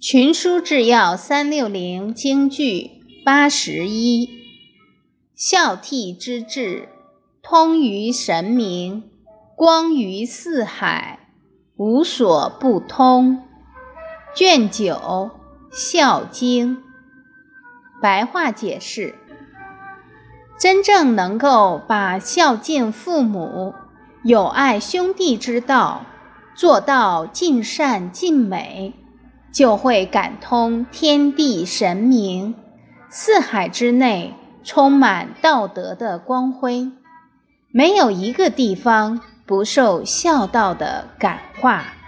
群书治要360京剧81，孝悌之志，通于神明，光于四海，无所不通。卷9孝经。白话解释：真正能够把孝敬父母、友爱兄弟之道做到尽善尽美，就会感通天地神明，四海之内充满道德的光辉，没有一个地方不受孝道的感化。